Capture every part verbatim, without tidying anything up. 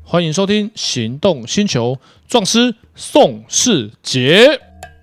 欢迎收听行动星球壮师宋世杰。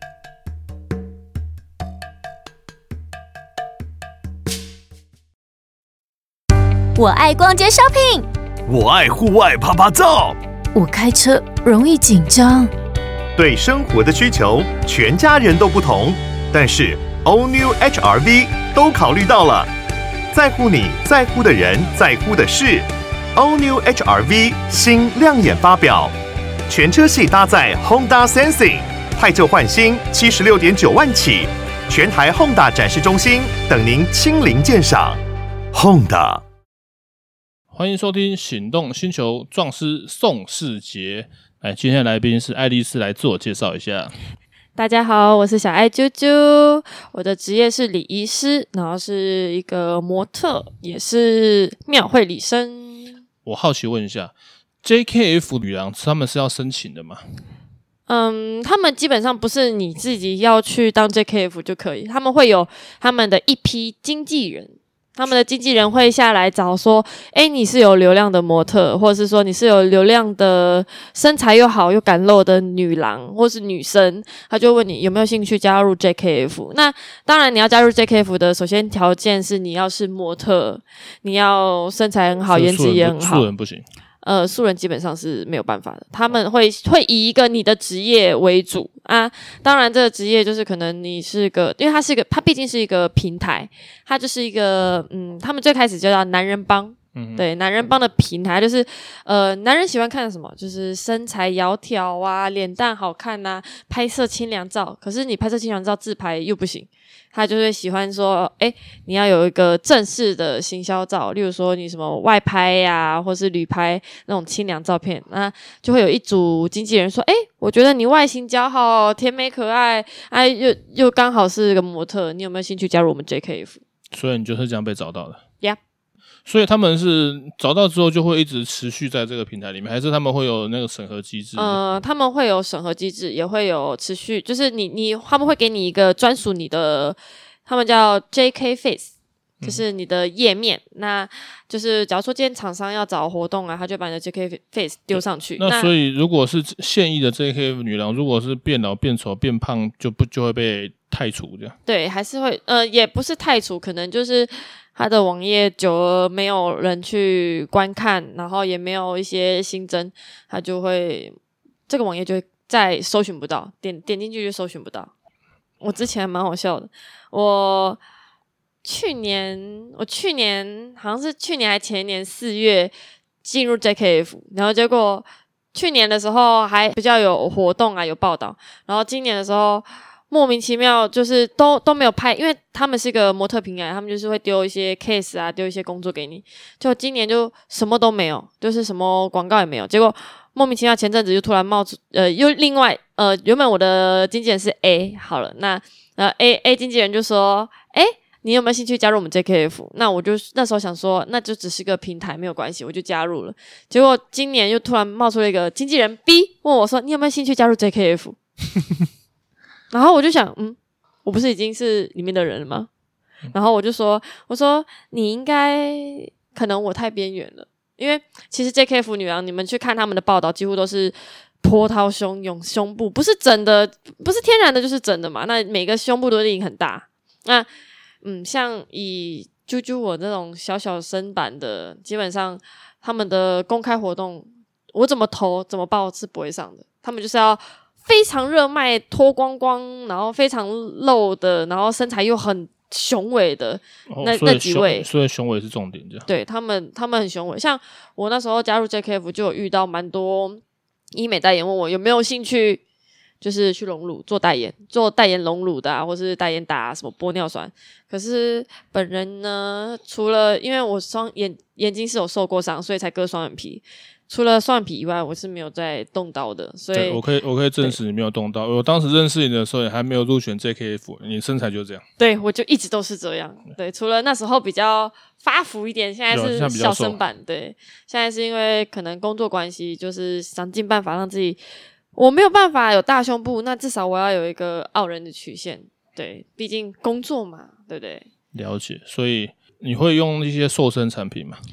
我爱逛街 shopping， 我爱户外趴趴照， 我开车容易紧张。 对生活的需求，全家人都不同，但是 All New H R V 都考虑到了，在乎你在乎的人，在乎的事。All New H R V 新亮眼发表，全车系搭载 Honda Sensing， 太旧换新，七十六点九万起，全台 Honda 展示中心等您亲临鉴赏。Honda。 欢迎收听行动星球壮师宋世杰。来，今天的来宾是爱丽丝，来自我介绍一下。 大家好，我是小爱啾啾，我的职业是礼仪师，然后是一个模特，也是庙会礼生。 我好奇问一下 ，J K F 女郎他们是要申请的吗？ 嗯，他们基本上不是你自己要去当 J K F 就可以，他们会有他们的一批经纪人。他们的经纪人会下来找说，哎，你是有流量的模特，或者是说你是有流量的身材又好又敢露的女郎或是女生，他就问你有没有兴趣加入 J K F。那当然你要加入 J K F 的首先条件是你要是模特，你要身材很好，颜值也很好。 素人不行。 呃，素人基本上是没有办法的，他们会会以一个你的职业为主啊。当然，这个职业就是可能你是个，因为它是一个，它毕竟是一个平台，它就是一个，嗯，他们最开始就叫男人帮，嗯，对，男人帮的平台就是，呃，男人喜欢看什么，就是身材窈窕啊，脸蛋好看啊，拍摄清凉照。可是你拍摄清凉照自拍又不行。他就会喜欢说，哎，你要有一个正式的行销照，例如说你什么外拍呀、啊，或是旅拍那种清凉照片，那就会有一组经纪人说，哎，我觉得你外形姣好，甜美可爱，哎，又又刚好是个模特，你有没有兴趣加入我们 J K F？ 所以你就是这样被找到的。 Yeah。 所以他们是找到之后就会一直持续在这个平台里面，还是他们会有那个审核机制？ 呃，他们会有审核机制，也会有持续，就是你你他们会给你一个专属你的，他们叫 J K Face， 就是你的页面。嗯、那就是假如说今天厂商要找活动啊，他就把你的 J K Face 丢上去。 那, 那所以如果是现役的 J K F 女郎，如果是变老、变丑、变胖，就不就会被汰除这样？对， 还是会呃，也不是汰除，可能就是。他的网页久了没有人去观看，然后也没有一些新增，他就会这个网页就会再搜寻不到，点点进去就搜寻不到。我之前还蛮好笑的，我去年我去年好像是去年还前年四月进入 J K F， 然后结果去年的时候还比较有活动啊，有报道，然后今年的时候。莫名其妙就是都都没有拍，因为他们是一个模特平台，他们就是会丢一些 case 啊，丢一些工作给你。就今年就什么都没有，就是什么广告也没有。结果莫名其妙前阵子就突然冒出，呃，又另外呃，原本我的经纪人是 A， 好了，那呃 A A 经纪人就说，哎，你有没有兴趣加入我们 J K F？ 那我就那时候想说，那就只是个平台，没有关系，我就加入了。结果今年又突然冒出了一个经纪人 B， 问我说，你有没有兴趣加入 J K F？然后我就想，嗯，我不是已经是里面的人了吗？然后我就说，我说你应该可能我太边缘了，因为其实 J K F 女郎，你们去看他们的报道，几乎都是波涛汹涌，胸部不是整的，不是天然的，就是整的嘛。那每个胸部都一定很大。那嗯，像以啾啾我这种小小身板的，基本上他们的公开活动，我怎么投怎么报是不会上的，他们就是要。非常热卖脱光光，然后非常露的，然后身材又很雄伟的、哦、那那几位， 所以雄伟是重点，这样。 对他们，他们很雄伟。像我那时候加入 J K F， 就有遇到蛮多医美代言问我有没有兴趣，就是去隆乳做代言，做代言隆乳的啊，或是代言打什么玻尿酸。可是本人呢，除了因为我双眼眼睛是有受过伤，所以才割双眼皮。除了双眼皮以外，我是没有在动刀的，所以我可以我可以证实你没有动刀。我当时认识你的时候，也还没有入选 J K F， 你身材就这样。 对，我就一直都是这样。对，除了那时候比较发福一点，现在是小身板。对，现在是因为可能工作关系，就是想尽办法让自己，我没有办法有大胸部，那至少我要有一个傲人的曲线。对，毕竟工作嘛，对不对？ 了解，所以你会用一些瘦身产品吗？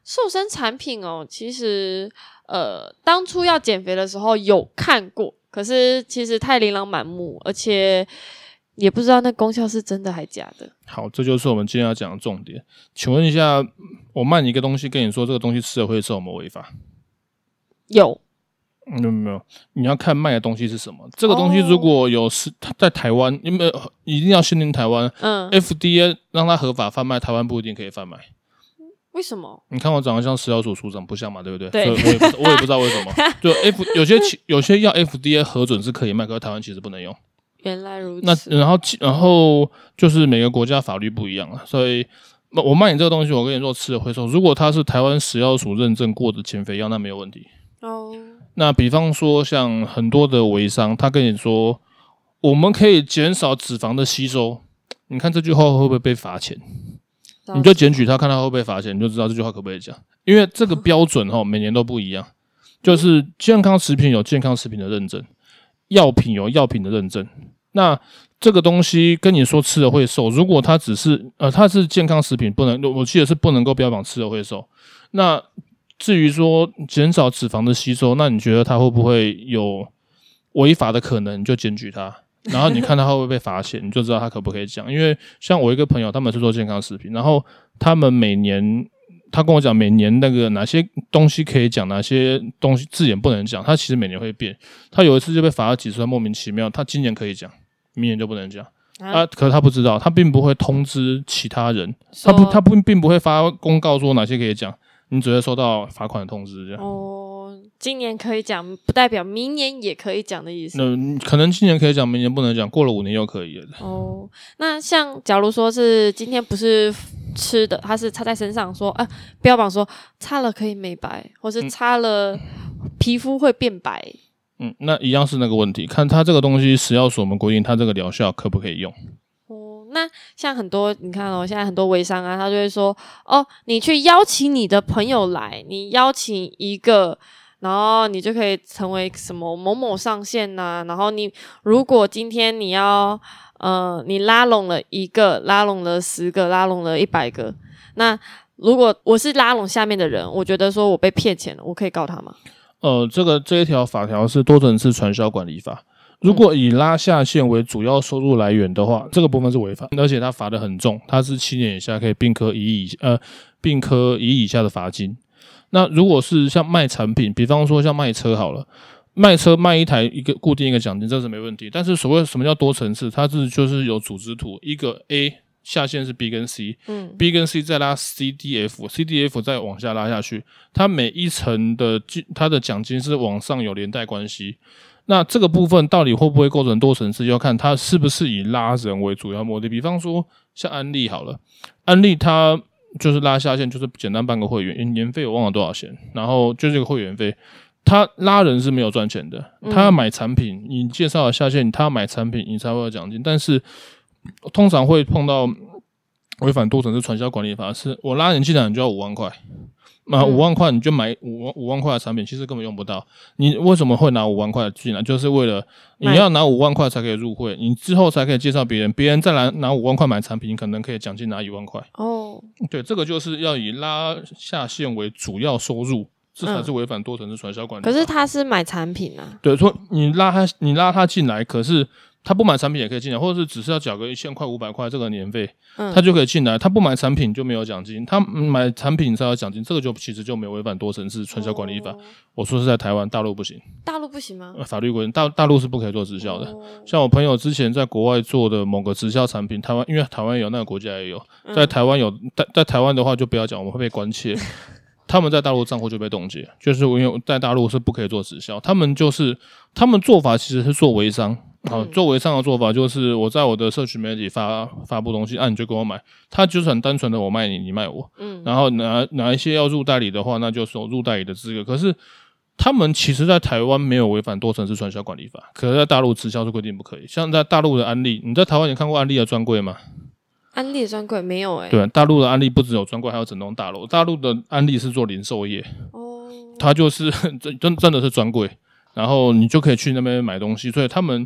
瘦身产品哦，其实呃，当初要减肥的时候有看过，可是其实太琳琅满目，而且也不知道那功效是真的还假的。 好，这就是我们今天要讲的重点。请问一下，我卖你一个东西，跟你说这个东西吃了会受什么违法？ 有。 没有没有，你要看卖的东西是什么。这个东西如果有是在台湾，因为一定要限定台湾，嗯 ，F D A 让它合法贩卖，台湾不一定可以贩卖。 为什么？ 你看我长得像食药署署长，不像嘛，对不对？ 对， 所以我也不我也不知道为什么。就 F 有些有些药 F D A 核准是可以卖，可是台湾其实不能用。 原来如此。 那然后然后就是每个国家法律不一样了，所以我卖你这个东西，我跟你说吃了会瘦。如果它是台湾食药署认证过的减肥药，那没有问题。哦。那比方说像很多的微商，他跟你说我们可以减少脂肪的吸收，你看这句话会不会被罚钱？你就检举他，看他会不会罚钱，你就知道这句话可不可以讲。因为这个标准齁每年都不一样，就是健康食品有健康食品的认证，药品有药品的认证。那这个东西跟你说吃了会瘦，如果它只是呃它是健康食品，不能我记得是不能够标榜吃了会瘦。那至于说减少脂肪的吸收，那你觉得它会不会有违法的可能？你就检举他，然后你看他会不会被罚钱，你就知道他可不可以讲。因为像我一个朋友，他们是做健康食品，然后他们每年他跟我讲每年那个哪些东西可以讲，哪些东西字眼不能讲，他其实每年会变。他有一次就被罚了几十万，莫名其妙。他今年可以讲，明年就不能讲。啊，可是他不知道，他并不会通知其他人，他不他不并不会发公告说哪些可以讲。你只会收到罚款的通知，这样。 哦，今年可以讲，不代表明年也可以讲的意思。 那可能今年可以讲，明年不能讲，过了五年又可以了。 哦，那像假如说是今天不是吃的，它是擦在身上说，啊，标榜说擦了可以美白，或是擦了皮肤会变白。 嗯，那一样是那个问题，看它这个东西食药署我们规定它这个疗效可不可以用。 那像很多你看哦，现在很多微商啊，他就会说哦，你去邀请你的朋友来，你邀请一个，然后你就可以成为什么某某上线呐、啊。然后你如果今天你要呃，你拉拢了一个，拉拢了十个，拉拢了一百个，那如果我是拉拢下面的人，我觉得说我被骗钱了，我可以告他吗？ 呃，这个这一条法条是多层次传销管理法。如果以拉下线为主要收入来源的话，这个部分是违法，而且它罚得很重，它是七年以下可以并科一亿以呃并科一亿以下的罚金。那如果是像卖产品，比方说像卖车好了，卖车卖一台一个固定一个奖金，这是没问题。但是所谓什么叫多层次，它是就是有组织图，一个 A 下线是 B 跟 C， 嗯 ，B 跟 C 再拉 C D F，C D F 再往下拉下去，它每一层的它的奖金是往上有连带关系。那这个部分到底会不会构成多层次，要看它是不是以拉人为主要目的。比方说像安利好了，安利它就是拉下线，就是简单办个会员，年费我忘了多少钱，然后就这个会员费，他拉人是没有赚钱的，他要买产品，你介绍了下线，他要买产品，你才会有奖金。但是通常会碰到违反多层次传销管理法，是我拉人进来你就要五万块。那五万块你就买五五万块的产品，其实根本用不到。你为什么会拿五万块进来？就是为了你要拿五万块才可以入会，你之后才可以介绍别人，别人再来拿五万块买产品，你可能可以奖金拿一万块。哦，对，这个就是要以拉下线为主要收入，这才是违反多层次传销管理法。 可是他是买产品啊。 对，说你拉他，你拉他进来，可是他不买产品也可以进来，或者是只是要缴个一千块、五百块这个年费，嗯，他就可以进来。他不买产品就没有奖金，他买产品才有奖金，这个就其实就没有违反多层次传销管理法。哦、我说是在台湾，大陆不行。 大陆不行吗？ 呃、法律规定，大大陆是不可以做直销的。哦、像我朋友之前在国外做的某个直销产品，台湾因为台湾有，那个国家也有，在台湾有，在在台湾的话就不要讲，我们会被关切。他们在大陆账户就被冻结，就是因为在大陆是不可以做直销，他们就是他们做法其实是做微商。好，做微商的做法就是我在我的社群媒体发发布东西，啊，你就跟我买，他就是很单纯的我卖你，你卖我，嗯，然后哪哪一些要入代理的话，那就是有入代理的资格。可是他们其实在台湾没有违反多层次传销管理法，可是在大陆直销是规定不可以。像在大陆的安利，你在台湾你看过安利的专柜吗？ 安利的专柜没有诶、欸。 对，大陆的安利不只有专柜，还有整栋大楼。大陆的安利是做零售业，哦，它就是真真的是专柜，然后你就可以去那边买东西，所以他们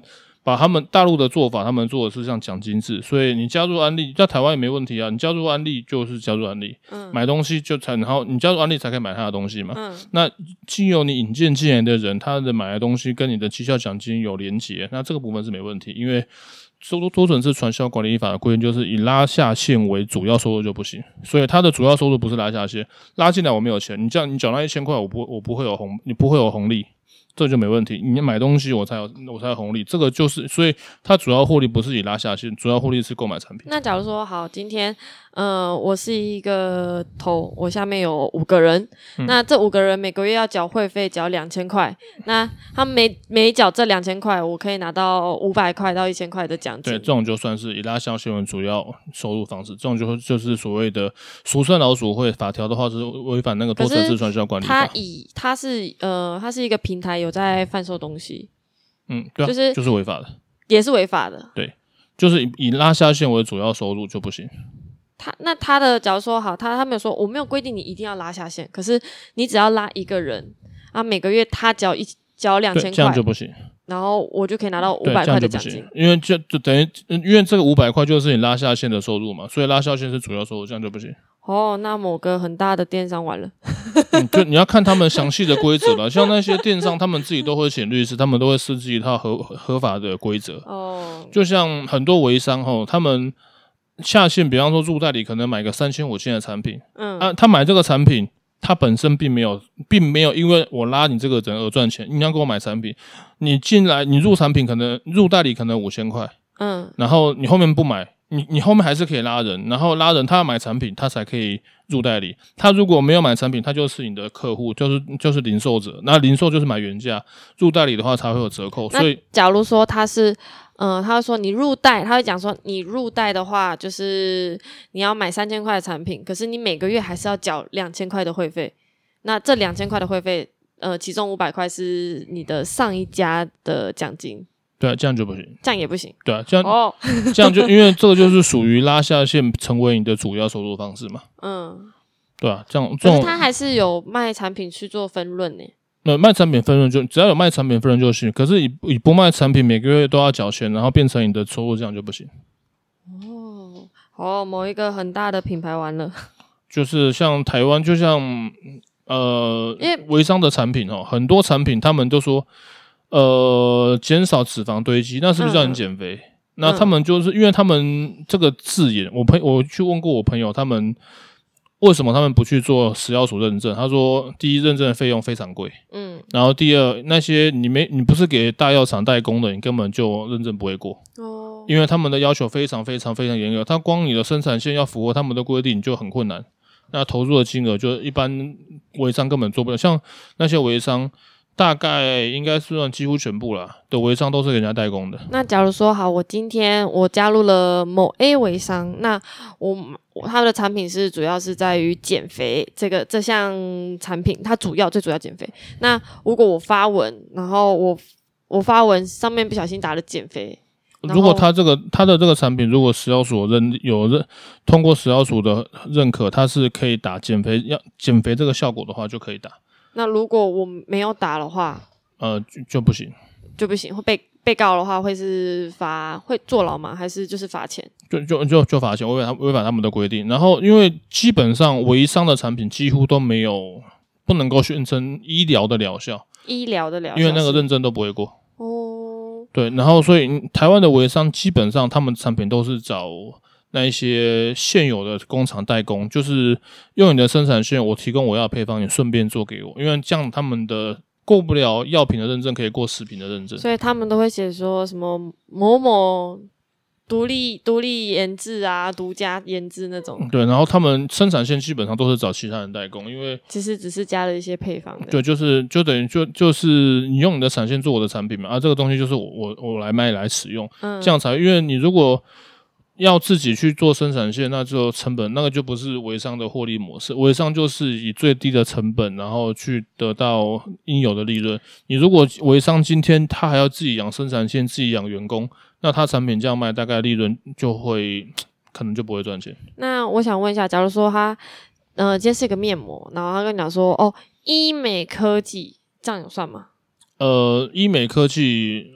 把他们大陆的做法，他们做的是像奖金制，所以你加入安利，在台湾也没问题啊。你加入安利就是加入安利，嗯，买东西就才，然后你加入安利才可以买他的东西嘛。嗯，那经由你引荐进来的人，他的买的东西跟你的绩效奖金有连结，那这个部分是没问题，因为多多层次传销管理法的规定就是以拉下线为主要收入就不行，所以他的主要收入不是拉下线，拉进来我没有钱，你这样你缴那一千块，我不我不会有红，你不会有红利。这就没问题，你买东西我才有我才有红利，这个就是所以它主要获利不是以拉下线，主要获利是购买产品。 那假如说好，今天呃我是一个头，我下面有五个人，嗯、那这五个人每个月要缴会费，缴两千块，那他们每每缴这两千块，我可以拿到五百块到一千块的奖金。 对，这种就算是以拉下线为主要收入方式，这种就就是所谓的俗称老鼠会法条的话是违反那个多层次传销管理法。 它以它是呃它是一个平台。有在贩售东西， 嗯，对啊， 就是就是违法的， 也是违法的。 对，就是以以拉下线为主要收入就不行。 他那他的假如说好，他他没有说我没有规定你一定要拉下线，可是你只要拉一个人啊，每个月他缴一缴两千块， 这样就不行。 然后我就可以拿到五百块的奖金， 因为就就等于因为这个五百块就是你拉下线的收入嘛，所以拉下线是主要收入，这样就不行。 哦，那某个很大的电商完了， 嗯，就你要看他们详细的规则吧。像那些电商，他们自己都会请律师，他们都会设计一套合合法的规则。哦，就像很多微商吼，他们下线，比方说入代理，可能买个三千五千的产品，嗯，啊，他买这个产品，他本身并没有，并没有因为我拉你这个人而赚钱。你要给我买产品，你进来，你入产品可能入代理可能五千块，嗯，然后你后面不买。你你后面还是可以拉人，然后拉人他要买产品，他才可以入代理。他如果没有买产品，他就是你的客户，就是就是零售者。那零售就是买原价，入代理的话才会有折扣。所以， 假如说他是，嗯、呃，他会说你入代，他会讲说你入代的话，就是你要买三千块的产品，可是你每个月还是要缴两千块的会费。那这两千块的会费，呃，其中五百块是你的上一家的奖金。 对啊，这样就不行， 这样也不行。 对啊，这样、哦、这样就因为这个就是属于拉下线成为你的主要收入方式嘛。嗯，对啊，这样这种。 可是他还是有卖产品去做分润呢。 那卖产品分润就只要有卖产品分润就行，可是以以不卖产品每个月都要缴钱，然后变成你的收入，这样就不行。 哦，哦，某一个很大的品牌完了。 就是像台湾，就像呃，微商的产品哦，很多产品他们都说。呃，减少脂肪堆积，那是不是叫你减肥？嗯、那他们就是因为他们这个字眼，我朋我去问过我朋友，他们为什么他们不去做食药署认证？他说，第一，认证的费用非常贵，嗯，然后第二，那些你没你不是给大药厂代工的，你根本就认证不会过，哦，因为他们的要求非常非常非常严格，他光你的生产线要符合他们的规定就很困难，那投入的金额就一般微商根本做不了，像那些微商。大概应该算几乎全部啦的微商都是给人家代工的。 那假如说好，我今天我加入了某 A 微商，那我他的产品是主要是在于减肥这个这项产品，它主要最主要减肥。那如果我发文，然后我我发文上面不小心打了减肥， 如果他这个他的这个产品如果食药署认有认通过食药署的认可，它是可以打减肥要减肥这个效果的话，就可以打。 那如果我没有打的话， 呃，就, 就不行， 就不行，会被被告的话会是罚，会坐牢吗？还是就是罚钱？ 就就就就罚钱，违反违反他们的规定。然后，因为基本上微商的产品几乎都没有不能够宣称医疗的疗效， 医疗的疗效， 因为那个认证都不会过。哦，对，然后所以台湾的微商基本上他们产品都是找。那一些现有的工厂代工，就是用你的生产线，我提供我要的配方，你顺便做给我，因为这样他们的过不了药品的认证，可以过食品的认证， 所以他们都会写说什么某某独立独立研制啊，独家研制那种。 对，然后他们生产线基本上都是找其他人代工，因为其实只是加了一些配方的。 对，就是就等于就就是你用你的产线做我的产品嘛，啊，这个东西就是我我我来卖来使用，嗯，这样才因为你如果。要自己去做生产线，那就成本那个就不是微商的获利模式。微商就是以最低的成本，然后去得到应有的利润。你如果微商今天他还要自己养生产线，自己养员工，那他产品这样卖，大概利润就会可能就不会赚钱。 那我想问一下，假如说他呃今天是一个面膜，然后他跟你讲说哦，医美科技这样有算吗？ 呃，医美科技。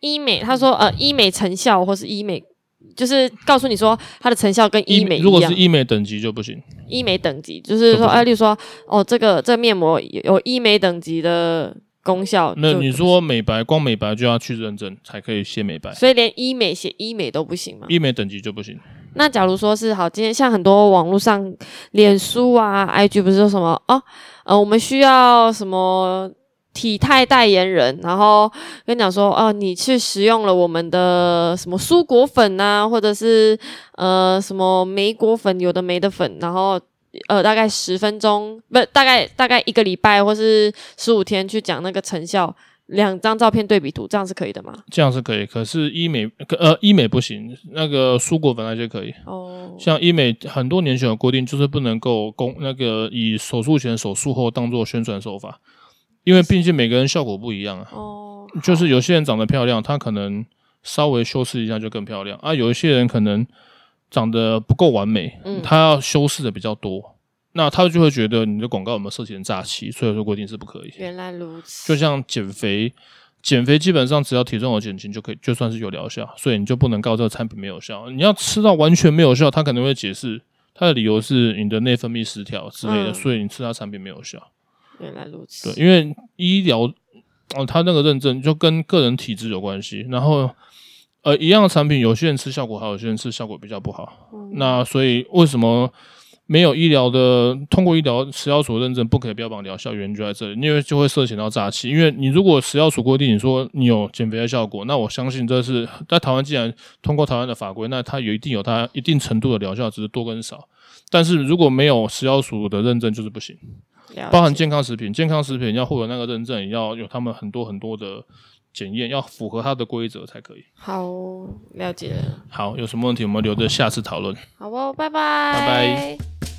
医美，他说呃医美成效或是医美，就是告诉你说它的成效跟医美一样。 如果是医美等级就不行。 医美等级就是说，哎，例如说，哦，这个这个面膜有医美等级的功效。 那你说美白，光美白就要去认证才可以写美白， 所以连医美写医美都不行吗？ 医美等级就不行。 那假如说是好，今天像很多网络上，脸书啊、I G 不是说什么哦，呃，我们需要什么体态代言人，然后跟你讲说，哦，你去使用了我们的什么蔬果粉啊，或者是呃什么莓果粉，有的没的粉，然后呃大概十分钟，不，大概大概一个礼拜或是十五天去讲那个成效。两张照片对比图，这样是可以的吗？ 这样是可以，可是医美呃医美不行，那个蔬果粉那些可以。哦，像医美很多年前有规定，就是不能够公那个以手术前、手术后当做宣传手法，因为毕竟每个人效果不一样啊。哦，就是有些人长得漂亮，他可能稍微修饰一下就更漂亮啊；有一些人可能长得不够完美，嗯、他要修饰的比较多。那他就会觉得你的广告有没有涉嫌诈欺，所以说规定是不可以。 原来如此。 就像减肥，减肥基本上只要体重有减轻就可以，就算是有疗效，所以你就不能告这个产品没有效。你要吃到完全没有效，他可能会解释他的理由是你的内分泌失调之类的，嗯、所以你吃他产品没有效。 原来如此。 对，因为医疗哦，他那个认证就跟个人体质有关系，然后呃，一样的产品，有些人吃效果好，有些人吃效果比较不好。嗯、那所以为什么？没有医疗的，通过医疗食药署认证不可以标榜疗效，原因就在这里，因为就会涉嫌到诈欺。因为你如果食药署规定你说你有减肥的效果，那我相信这是在台湾既然通过台湾的法规，那它有一定有它一定程度的疗效，只是多跟少。但是如果没有食药署的认证，就是不行。包含健康食品，健康食品要获得那个认证，也要有他们很多很多的检验，要符合它的规则才可以。 好，了解了。 好，有什么问题我们留着下次讨论。 好哦，拜拜。 拜拜。